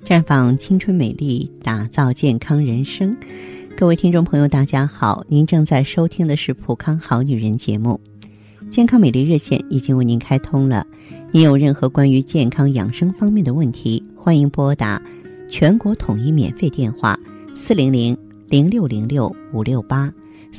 绽放青春美丽，打造健康人生。各位听众朋友大家好，您正在收听的是普康好女人节目。健康美丽热线已经为您开通了，您有任何关于健康养生方面的问题，欢迎拨打全国统一免费电话400-0606-568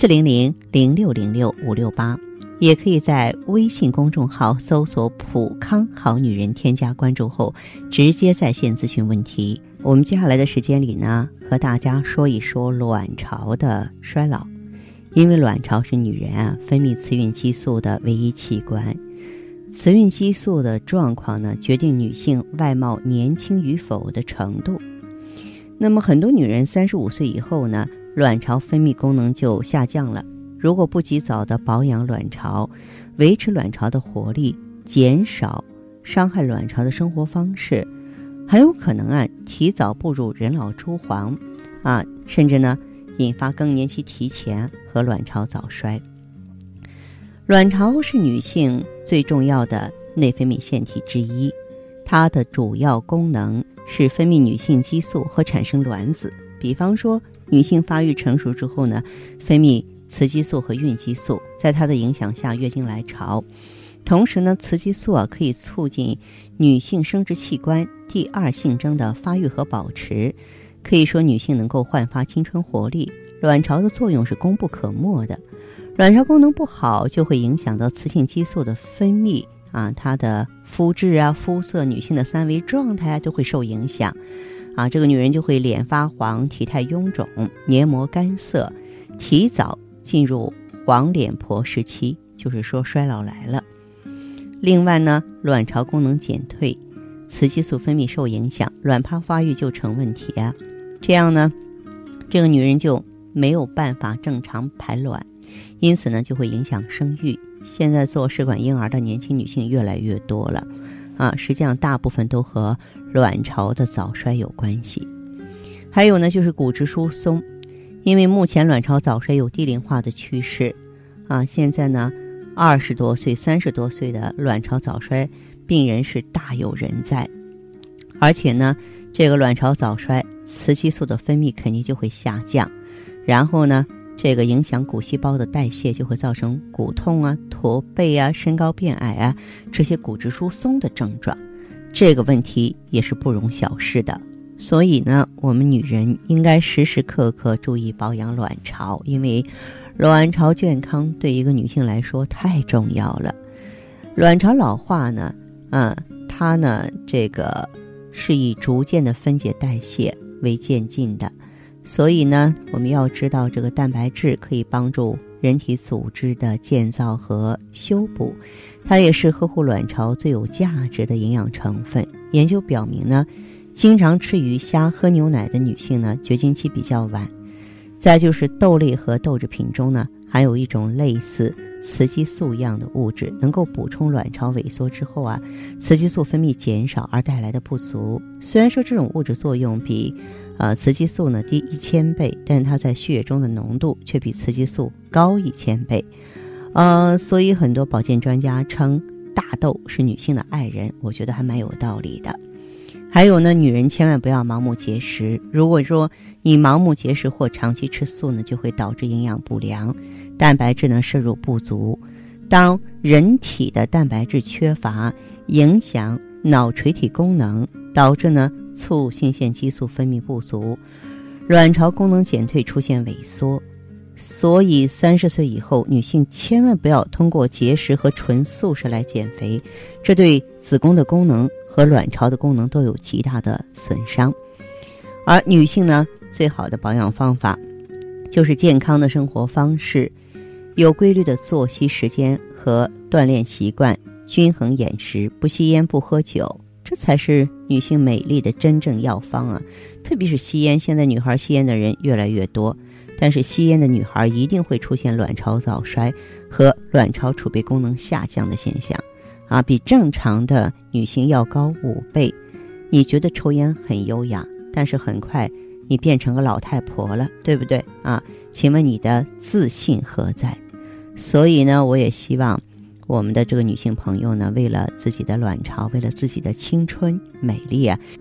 400-0606-568，也可以在微信公众号搜索普康好女人，添加关注后直接在线咨询问题。我们接下来的时间里呢，和大家说一说卵巢的衰老。因为卵巢是女人分泌雌孕激素的唯一器官，雌孕激素的状况呢，决定女性外貌年轻与否的程度。那么很多女人35岁以后呢，卵巢分泌功能就下降了。如果不及早的保养卵巢，维持卵巢的活力，减少伤害卵巢的生活方式，很有可能提早步入人老珠黄甚至呢引发更年期提前和卵巢早衰。卵巢是女性最重要的内分泌腺体之一，它的主要功能是分泌女性激素和产生卵子。比方说女性发育成熟之后呢，分泌雌激素和孕激素，在它的影响下月经来潮。同时呢，雌激素可以促进女性生殖器官第二性征的发育和保持，可以说女性能够焕发青春活力。卵巢的作用是功不可没的，卵巢功能不好就会影响到雌性激素的分泌它的肤质肤色，女性的三维状态都会受影响这个女人就会脸发黄，体态臃肿，黏膜干涩，提早进入黄脸婆时期，就是说衰老来了。另外呢，卵巢功能减退，雌激素分泌受影响，卵泡发育就成问题这样呢，这个女人就没有办法正常排卵，因此呢就会影响生育。现在做试管婴儿的年轻女性越来越多了实际上大部分都和卵巢的早衰有关系。还有呢就是骨质疏松，因为目前卵巢早衰有低龄化的趋势现在呢20多岁30多岁的卵巢早衰病人是大有人在。而且呢这个卵巢早衰，雌激素的分泌肯定就会下降，然后呢这个影响骨细胞的代谢，就会造成骨痛驼背身高变矮这些骨质疏松的症状。这个问题也是不容小视的。所以呢我们女人应该时时刻刻注意保养卵巢，因为卵巢健康对一个女性来说太重要了。卵巢老化呢它呢这个是以逐渐的分解代谢为渐进的，所以呢我们要知道这个蛋白质可以帮助人体组织的建造和修补，它也是呵护卵巢最有价值的营养成分。研究表明呢，经常吃鱼虾喝牛奶的女性呢，绝经期比较晚。再就是豆类和豆制品中呢，含有一种类似雌激素一样的物质，能够补充卵巢萎缩之后雌激素分泌减少而带来的不足。虽然说这种物质作用比雌激素呢低1000倍，但是它在血液中的浓度却比雌激素高1000倍。所以很多保健专家称大豆是女性的爱人，我觉得还蛮有道理的。还有呢，女人千万不要盲目节食。如果说你盲目节食或长期吃素呢，就会导致营养不良，蛋白质呢摄入不足。当人体的蛋白质缺乏，影响脑垂体功能，导致呢促性腺激素分泌不足，卵巢功能减退，出现萎缩。所以30岁以后，女性千万不要通过节食和纯素食来减肥，这对子宫的功能和卵巢的功能都有极大的损伤。而女性呢，最好的保养方法就是健康的生活方式，有规律的作息时间和锻炼习惯，均衡饮食，不吸烟不喝酒，这才是女性美丽的真正药方特别是吸烟，现在女孩吸烟的人越来越多，但是吸烟的女孩一定会出现卵巢早衰和卵巢储备功能下降的现象比正常的女性要高5倍。你觉得抽烟很优雅，但是很快你变成个老太婆了，对不对请问你的自信何在？所以呢，我也希望我们的这个女性朋友呢，为了自己的卵巢，为了自己的青春美丽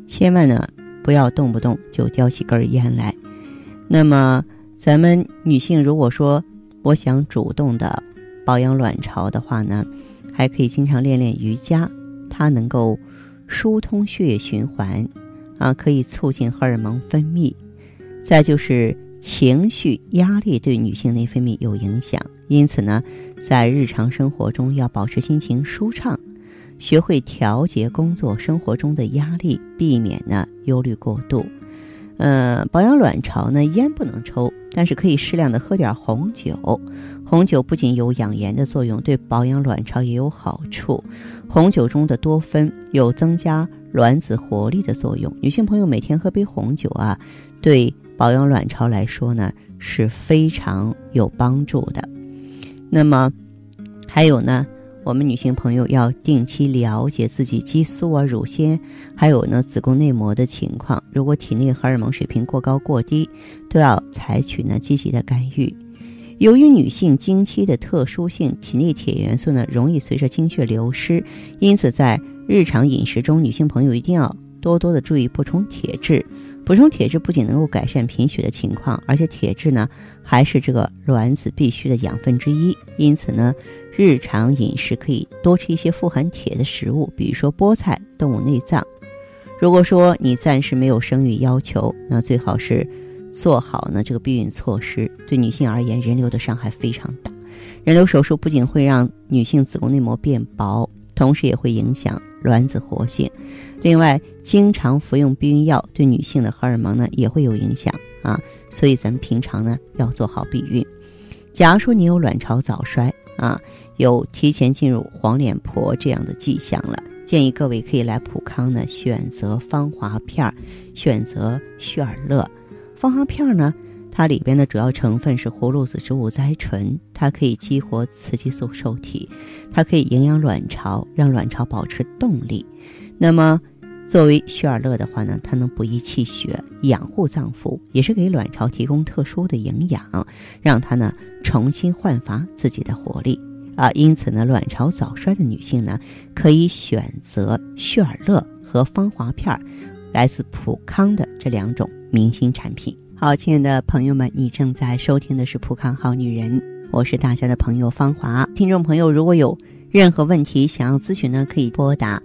千万呢不要动不动就叼起根烟来。那么咱们女性如果说我想主动的保养卵巢的话呢，还可以经常练练瑜伽，它能够疏通血液循环可以促进荷尔蒙分泌。再就是情绪压力对女性内分泌有影响，因此呢在日常生活中要保持心情舒畅，学会调节工作生活中的压力，避免呢忧虑过度。保养卵巢呢，烟不能抽，但是可以适量的喝点红酒。红酒不仅有养颜的作用，对保养卵巢也有好处。红酒中的多酚有增加卵子活力的作用，女性朋友每天喝杯红酒对保养卵巢来说呢是非常有帮助的。那么还有呢，我们女性朋友要定期了解自己激素乳腺还有呢子宫内膜的情况，如果体内荷尔蒙水平过高过低，都要采取呢积极的干预。由于女性经期的特殊性，体内铁元素呢容易随着经血流失，因此在日常饮食中，女性朋友一定要多多的注意补充铁质。补充铁质不仅能够改善贫血的情况，而且铁质呢还是这个卵子必需的养分之一，因此呢日常饮食可以多吃一些富含铁的食物，比如说菠菜、动物内脏。如果说你暂时没有生育要求，那最好是做好呢这个避孕措施。对女性而言，人流的伤害非常大，人流手术不仅会让女性子宫内膜变薄，同时也会影响卵子活性。另外，经常服用避孕药对女性的荷尔蒙呢也会有影响所以咱们平常呢要做好避孕。假如说你有卵巢早衰有提前进入黄脸婆这样的迹象了，建议各位可以来普康呢选择芳华片，选择旭尔乐。芳华片呢，它里边的主要成分是葫芦籽植物甾醇，它可以激活雌激素受体，它可以营养卵巢，让卵巢保持动力。那么作为旭尔乐的话呢，它能补益气血，养护脏腑，也是给卵巢提供特殊的营养，让它呢重新焕发自己的活力因此呢，卵巢早衰的女性呢，可以选择旭尔乐和芳华片，来自普康的这2种明星产品。好，亲爱的朋友们，你正在收听的是普康好女人，我是大家的朋友芳华。听众朋友如果有任何问题想要咨询呢，可以拨打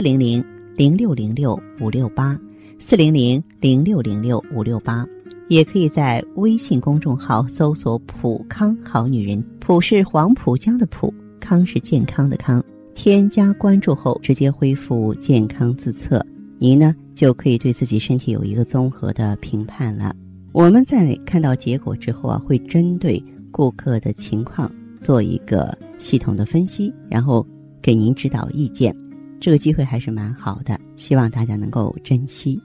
400-0606-568 400-0606-568，也可以在微信公众号搜索普康好女人，普是黄浦江的浦，康是健康的康，添加关注后直接恢复健康自测，您呢就可以对自己身体有一个综合的评判了。我们在看到结果之后会针对顾客的情况做一个系统的分析，然后给您指导意见，这个机会还是蛮好的，希望大家能够珍惜。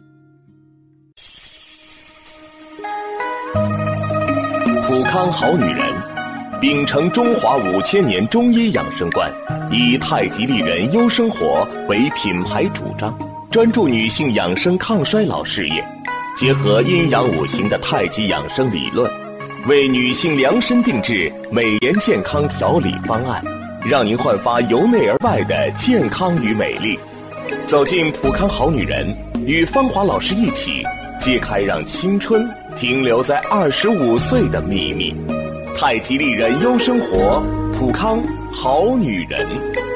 普康好女人秉承中华5000年中医养生观，以太极丽人优生活为品牌主张，专注女性养生抗衰老事业，结合阴阳五行的太极养生理论，为女性量身定制美颜健康调理方案，让您焕发由内而外的健康与美丽。走进普康好女人，与芳华老师一起揭开让青春停留在25岁的秘密。太极丽人优生活，普康好女人。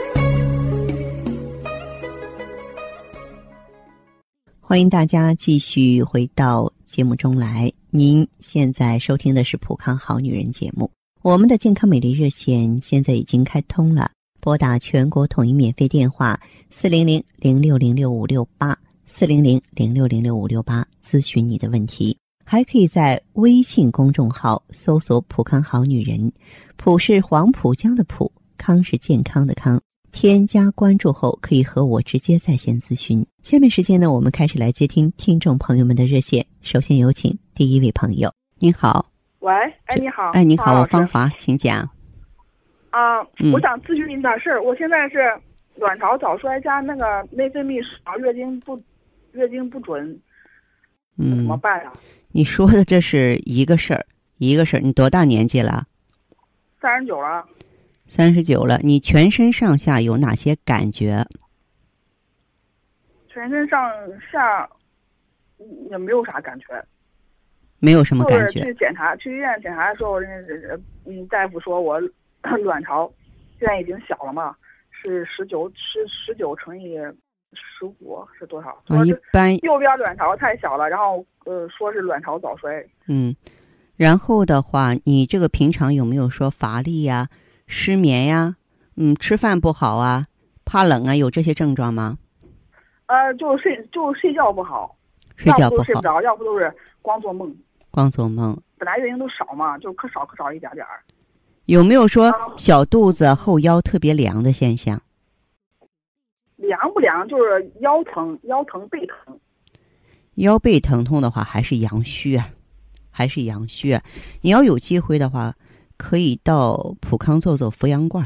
欢迎大家继续回到节目中来，您现在收听的是普康好女人节目。我们的健康美丽热线现在已经开通了，拨打全国统一免费电话400-0606-568 400-0606-568咨询你的问题。还可以在微信公众号搜索普康好女人，普是黄浦江的浦，康是健康的康，添加关注后可以和我直接在线咨询。下面时间呢，我们开始来接听听众朋友们的热线。首先有请第一位朋友。您好。 喂，你好。 你好，我芳华，请讲。 我想咨询您点事儿。我现在是卵巢早衰加那个内分泌少，月经不准，怎么办呀？ 你说的这是一个事儿。你多大年纪了 ？39了。 39了，你全身上下有哪些感觉？ 全身上下也没有啥感觉， 没有什么感觉。 去医院检查的时候，大夫说我卵巢现在已经小了嘛，是19乘以15是多少？ 一般右边卵巢太小了，然后说是卵巢早衰。 然后的话，你这个平常有没有说乏力呀、失眠呀、吃饭不好啊、怕冷啊，有这些症状吗？ 就睡觉不好， 睡觉不好， 睡不着，要不都是光做梦。 光做梦。 本来月经都少嘛，就可少一点点。 有没有说小肚子后腰特别凉的现象？ 凉不凉？就是腰疼、背疼。 腰背疼痛的话，还是阳虚啊。你要有机会的话，可以到普康做扶阳罐，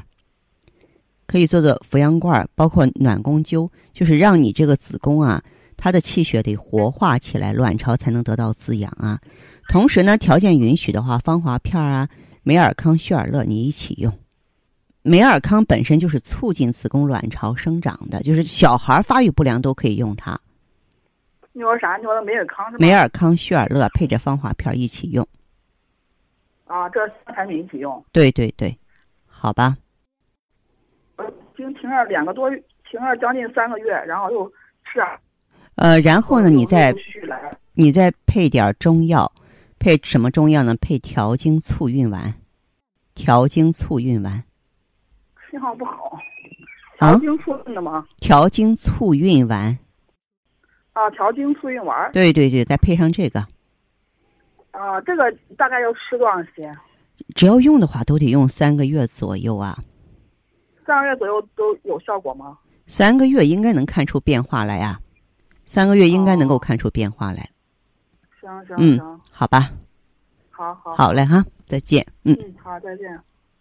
包括暖宫灸，就是让你这个子宫啊，它的气血得活化起来，卵巢才能得到滋养啊。同时呢，条件允许的话，芳华片啊、美尔康、血尔乐你一起用。美尔康本身就是促进子宫卵巢生长的，就是小孩发育不良都可以用它。 你说啥？你说的美尔康是吗？ 美尔康、血尔乐配着芳华片一起用。 这3产品一起用。 对对对，好吧。 停了2个多月，停了将近3个月，然后又吃然后呢，你再配点中药，配什么中药呢？配调经促孕丸。信号不好。 调经促孕的吗？ 调经促孕丸。 调经促孕丸。 对对对，再配上这个。 这个大概要吃多长时间？ 只要用的话，都得用3个月左右啊。 3个月左右都有效果吗 ？3个月应该能看出变化来呀。3个月应该能够看出变化来。 行， 好吧。好嘞哈，再见。 好，再见。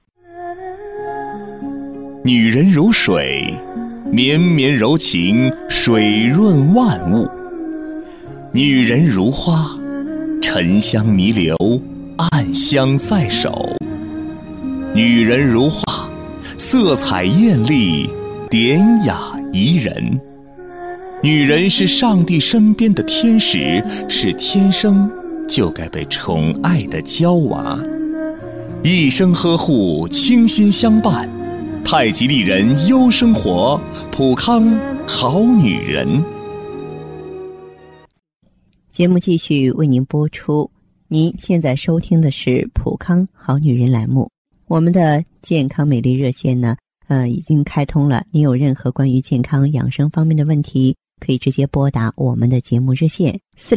女人如水，绵绵柔情，水润万物；女人如花，沉香弥留，暗香在手；女人如画，色彩艳丽，典雅宜人。女人是上帝身边的天使，是天生就该被宠爱的娇娃，一生呵护，倾心相伴。太极丽人优生活，普康好女人。 节目继续为您播出。您现在收听的是普康好女人栏目。我们的健康美丽热线呢，已经开通了。您有任何关于健康养生方面的问题，可以直接拨打我们的节目热线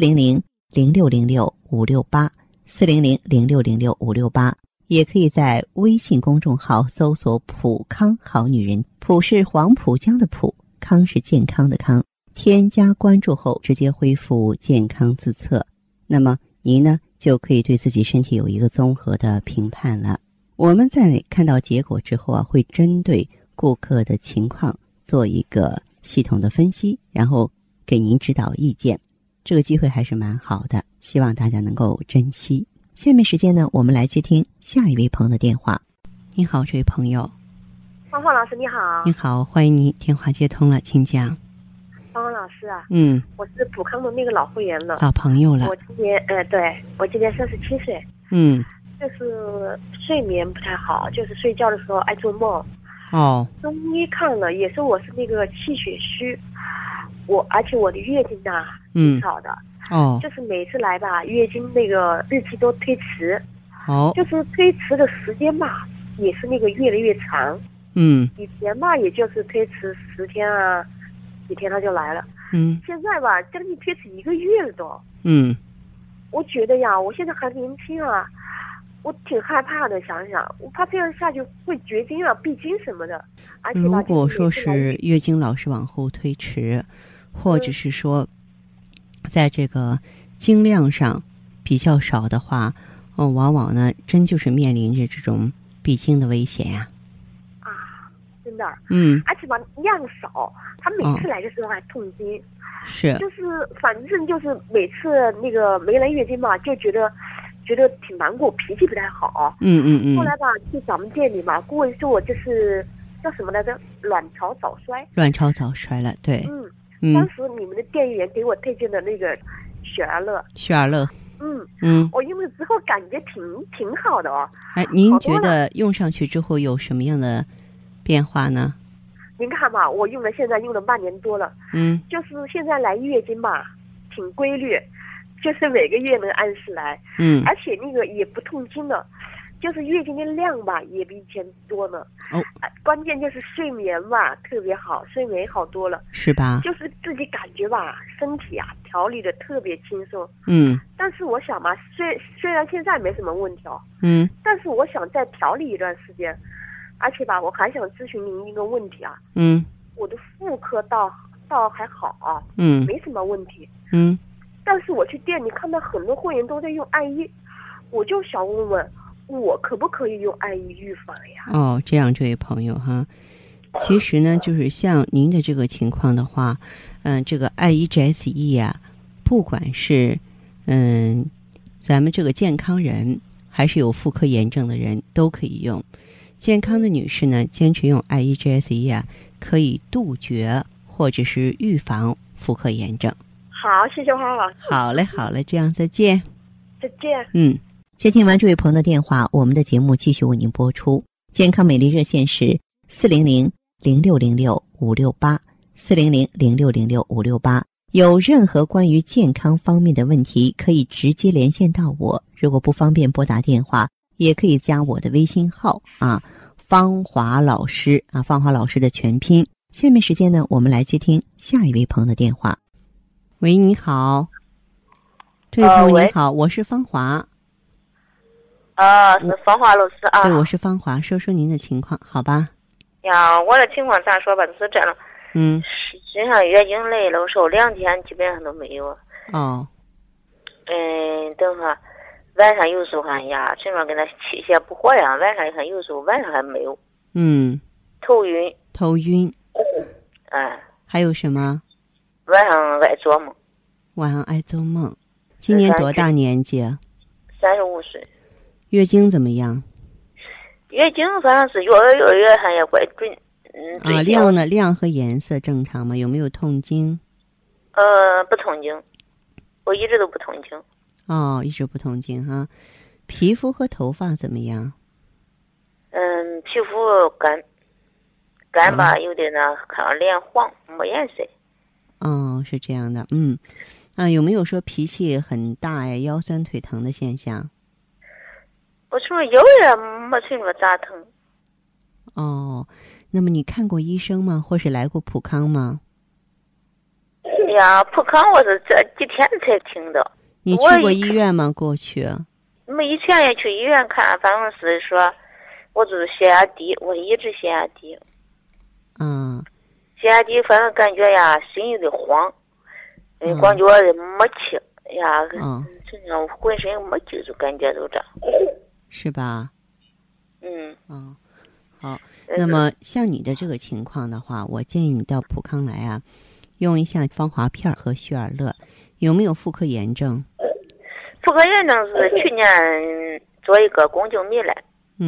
400-0606-568，400-0606-568，也可以在微信公众号搜索普康好女人，普是黄浦江的浦，康是健康的康，添加关注后直接恢复健康自测，那么您呢就可以对自己身体有一个综合的评判了。我们在看到结果之后会针对顾客的情况做一个系统的分析，然后给您指导意见。这个机会还是蛮好的，希望大家能够珍惜。下面时间呢，我们来接听下一位朋友的电话。你好，这位朋友。 芳芳老师你好。 你好，欢迎你，电话接通了，请讲。 芳芳老师啊， 我是普康的那个老会员了， 老朋友了。 我今年我今年37岁。就是睡眠不太好，就是睡觉的时候爱做梦。中医看了也说我是那个气血虚，而且我的月经挺少的。就是每次来吧，月经那个日期都推迟。就是推迟的时间吧，也是那个越来越长。以前吧，也就是推迟10天啊，几天它就来了。现在吧，将近推迟1个月了都。我觉得呀，我现在还年轻啊，我挺害怕的，想想我怕这样下去会绝经啊、闭经什么的。而且如果说是月经老是往后推迟，或者是说在这个经量上比较少的话，往往呢真就是面临着这种闭经的危险呀。 真的。而且吧量少，他每次来的时候还痛经。是。就是反正就是每次那个没来月经嘛，就觉得挺难过，脾气不太好。后来吧，去咱们店里嘛，顾问说我就是叫什么来着，卵巢早衰了，对。 当时你们的店员给我推荐的那个雪尔乐。 雪尔乐。 我用了之后感觉挺好的哦。 哎，您觉得用上去之后有什么样的变化呢？ 您看吧，我现在用了半年多了。就是现在来月经吧，挺规律，就是每个月能按时来。而且那个也不痛经了，就是月经的量吧也比以前多了。关键就是睡眠吧特别好，睡眠好多了。 是吧？ 就是自己感觉吧，身体啊调理的特别轻松。但是我想嘛，虽然现在没什么问题哦。但是我想再调理一段时间。而且吧，我还想咨询您一个问题啊。我的妇科倒还好啊。没什么问题。但是我去店里看到很多会员都在用艾依，我就想问问，我可不可以用艾依预防呀？ 这样，这位朋友哈，其实呢，就是像您的这个情况的话，这个艾依 GSE 啊，不管是咱们这个健康人，还是有妇科炎症的人都可以用。健康的女士呢，坚持用艾依 GSE 啊，可以杜绝或者是预防妇科炎症。 好，谢谢花老师。 好嘞，这样再见。 再见。 接听完这位朋友的电话，我们的节目继续为您播出。健康美丽热线是400-0606-568，400-0606-568。有任何关于健康方面的问题，可以直接连线到我。如果不方便拨打电话，也可以加我的微信号芳华老师芳华老师的全拼。下面时间呢，我们来接听下一位朋友的电话。喂，你好，这位朋友你好，我是芳华。 是芳华老师啊。 对，我是芳华，说说您的情况好吧？ 呀，我的情况咋说吧，就是这样。身上月经来了，少2天基本上都没有。等会晚上有时候还身上跟那气血不和呀，晚上有时候晚上还没有。头晕。 还有什么？ 晚上爱做梦。今年多大年纪 ？35岁。 月经怎么样？ 月经反正是越来越远，还也怪准。 量呢？量和颜色正常吗？有没有痛经？ 不痛经，我一直都不痛经。 一直不痛经哈。皮肤和头发怎么样？ 皮肤干吧，有点呢，看上脸黄，没颜色。 是这样的。有没有说脾气很大呀、腰酸腿疼的现象？ 我说有呀，没听说咋疼。 那么你看过医生吗？或是来过普康吗？ 普康我是这几天才听的。 你去过医院吗？过去？ 没，以前也去医院看，反正是说我就是血压低，我一直血压低。血压低，反正感觉心有点慌，光觉得没气身上浑身没劲，就感觉都这样。 是吧？好。那么像你的这个情况的话，我建议你到普康来用一下芳华片和血尔乐。有没有妇科炎症？ 妇科炎症是去年做一个宫颈糜烂。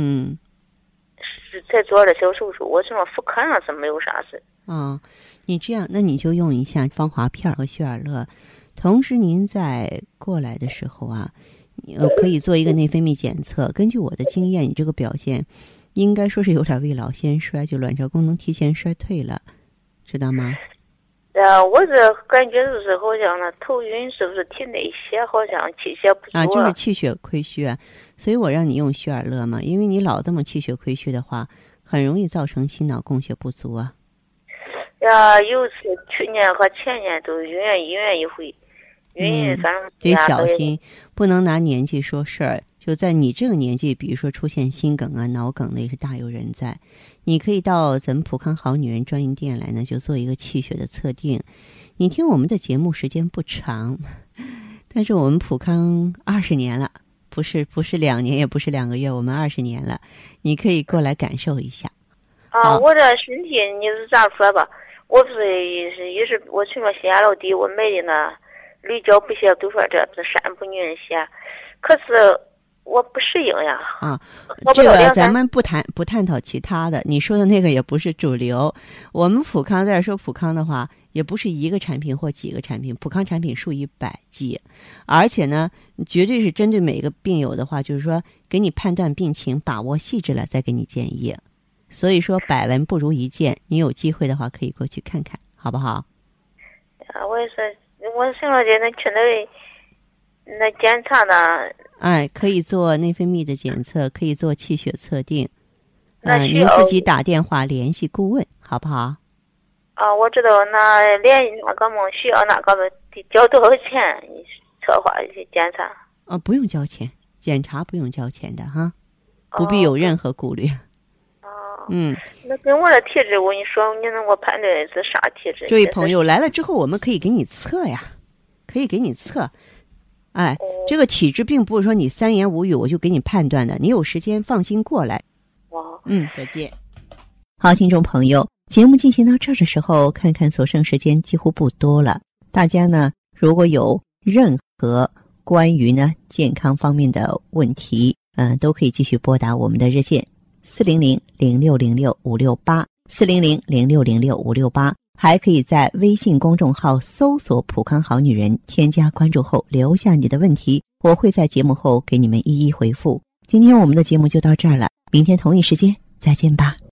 是才做了小手术，我说妇科上是没有啥事。 你这样，那你就用一下芳华片和血尔乐。同时您在过来的时候可以做一个内分泌检测。根据我的经验，你这个表现应该说是有点未老先衰，就卵巢功能提前衰退了，知道吗？ 我是感觉就是好像头晕，是不是体内血好像气血不足就是气血亏虚所以我让你用血尔乐嘛，因为你老这么气血亏虚的话，很容易造成心脑供血不足有次去年和前年都医院一回，反正得小心，不能拿年纪说事儿。就在你这个年纪，比如说出现心梗脑梗的也是大有人在。你可以到咱们普康好女人专营店来呢，就做一个气血的测定。你听我们的节目时间不长，但是我们普康20年了，不是2年，也不是2个月，我们20年了。你可以过来感受一下。 我这身体你是咋说吧？我不是一直我听说血压老低，我买的那驴胶补血都说这是山不女人血，可是我不适应呀。 这个咱们不探讨其他的，你说的那个也不是主流。我们普康再说普康的话，也不是一个产品或几个产品，普康产品数以百计，而且呢，绝对是针对每个病友的话，就是说给你判断病情，把握细致了再给你建议。所以说百闻不如一见，你有机会的话可以过去看看，好不好？ 我也是，我上了姐那去那检查呢。 可以做内分泌的检测，可以做气血测定。您自己打电话联系顾问，好不好？ 我知道，那联系那个需要那个交多少钱？策划一些检查？ 不用交钱，检查不用交钱的哈，不必有任何顾虑。 那跟我的体质，我跟你说，你能给我判断是啥体质？ 这位朋友来了之后，我们可以给你测呀，可以给你测。这个体质并不是说你三言五语我就给你判断的，你有时间放心过来。再见。好，听众朋友，节目进行到这儿的时候，看看所剩时间几乎不多了。大家呢，如果有任何关于呢健康方面的问题，都可以继续拨打我们的热线400-0606-568，400-0606-568，还可以在微信公众号搜索普康好女人，添加关注后留下你的问题，我会在节目后给你们一一回复。今天我们的节目就到这儿了，明天同一时间再见吧。